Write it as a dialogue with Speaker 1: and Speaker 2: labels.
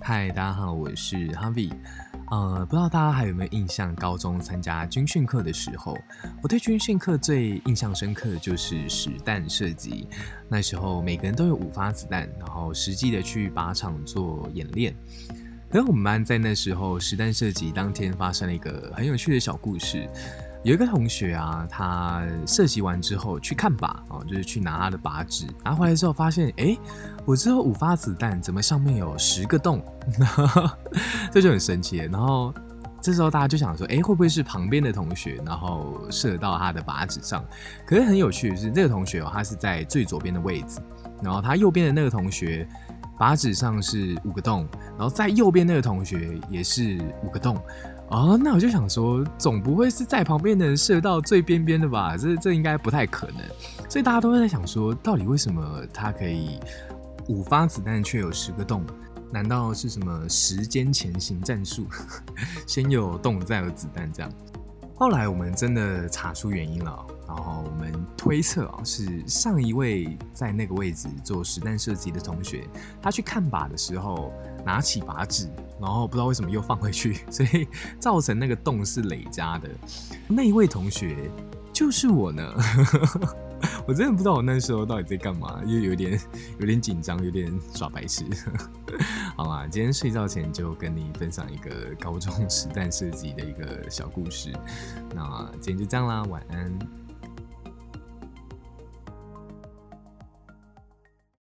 Speaker 1: 嗨，大家好，我是 Harvey。不知道大家还有没有印象，高中参加军训课的时候，我对军训课最印象深刻的就是实弹射击。那时候每个人都有5发子弹，然后实际的去靶场做演练。可是我们班在那时候实弹射击当天发生了一个很有趣的小故事。有一个同学啊，他射击完之后去看靶就是去拿他的靶纸，拿回来之后发现，我只有5发子弹，怎么上面有10个洞？这就很神奇。然后这时候大家就想说，会不会是旁边的同学，然后射到他的靶纸上？可是很有趣的是，这个同学他是在最左边的位置，然后他右边的那个同学靶纸上是5个洞，然后在右边那个同学也是5个洞。那我就想说，总不会是在旁边的人射到最边边的吧？这应该不太可能。所以大家都会在想说，到底为什么他可以5发子弹却有10个洞？难道是什么时间前行战术？先有洞再有子弹这样？后来我们真的查出原因了，然后我们推测是上一位在那个位置做实弹射击的同学，他去看靶的时候拿起靶纸，然后不知道为什么又放回去，所以造成那个洞是累加的。那一位同学就是我呢。我真的不知道我那时候到底在干嘛，因为有点紧张，有点耍白痴。好啦，今天睡觉前就跟你分享一个高中实弹射击的一个小故事。那今天就这样啦，晚安。